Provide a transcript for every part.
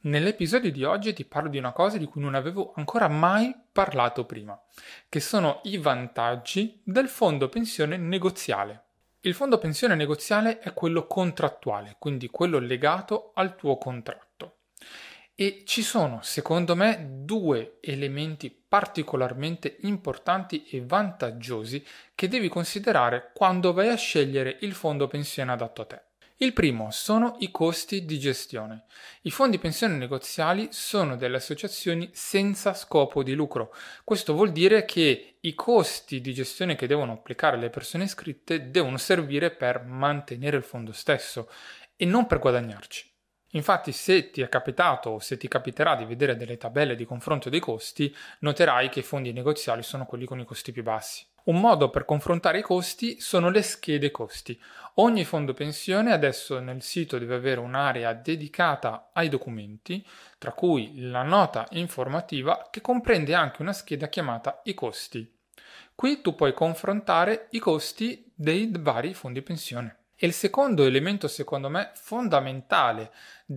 Nell'episodio di oggi ti parlo di una cosa di cui non avevo ancora mai parlato prima, che sono i vantaggi del fondo pensione negoziale. Il fondo pensione negoziale è quello contrattuale, quindi quello legato al tuo contratto. E ci sono, secondo me, due elementi particolarmente importanti e vantaggiosi che devi considerare quando vai a scegliere il fondo pensione adatto a te. Il primo sono i costi di gestione. I fondi pensione negoziali sono delle associazioni senza scopo di lucro. Questo vuol dire che i costi di gestione che devono applicare le persone iscritte devono servire per mantenere il fondo stesso e non per guadagnarci. Infatti, se ti è capitato o se ti capiterà di vedere delle tabelle di confronto dei costi, noterai che i fondi negoziali sono quelli con i costi più bassi. Un modo per confrontare i costi sono le schede costi. Ogni fondo pensione adesso nel sito deve avere un'area dedicata ai documenti, tra cui la nota informativa che comprende anche una scheda chiamata i costi. Qui tu puoi confrontare i costi dei vari fondi pensione. E il secondo elemento, secondo me, fondamentale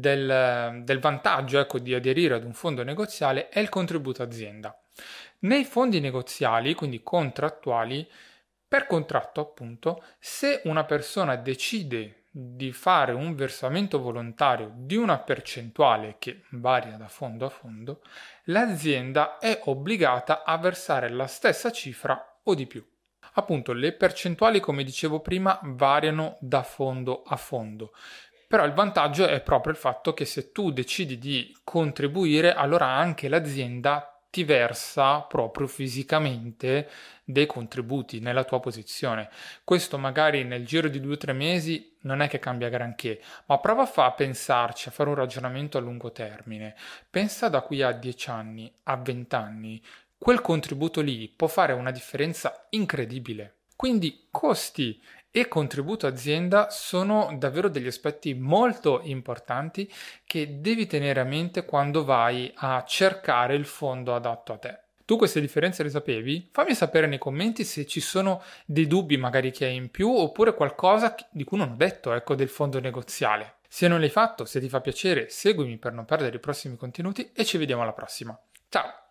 del vantaggio, di aderire ad un fondo negoziale è il contributo azienda. Nei fondi negoziali, quindi contrattuali, per contratto appunto, se una persona decide di fare un versamento volontario di una percentuale che varia da fondo a fondo, l'azienda è obbligata a versare la stessa cifra o di più. Appunto, le percentuali, come dicevo prima, variano da fondo a fondo. Però il vantaggio è proprio il fatto che se tu decidi di contribuire, allora anche l'azienda ti versa proprio fisicamente dei contributi nella tua posizione. Questo magari nel giro di 2 o 3 mesi non è che cambia granché, ma prova a pensarci, a fare un ragionamento a lungo termine. Pensa da qui a 10 anni, a 20 anni. Quel contributo lì può fare una differenza incredibile. Quindi costi e contributo azienda sono davvero degli aspetti molto importanti che devi tenere a mente quando vai a cercare il fondo adatto a te. Tu queste differenze le sapevi? Fammi sapere nei commenti se ci sono dei dubbi magari che hai in più oppure qualcosa di cui non ho detto, del fondo negoziale. Se non l'hai fatto, se ti fa piacere, seguimi per non perdere i prossimi contenuti e ci vediamo alla prossima. Ciao!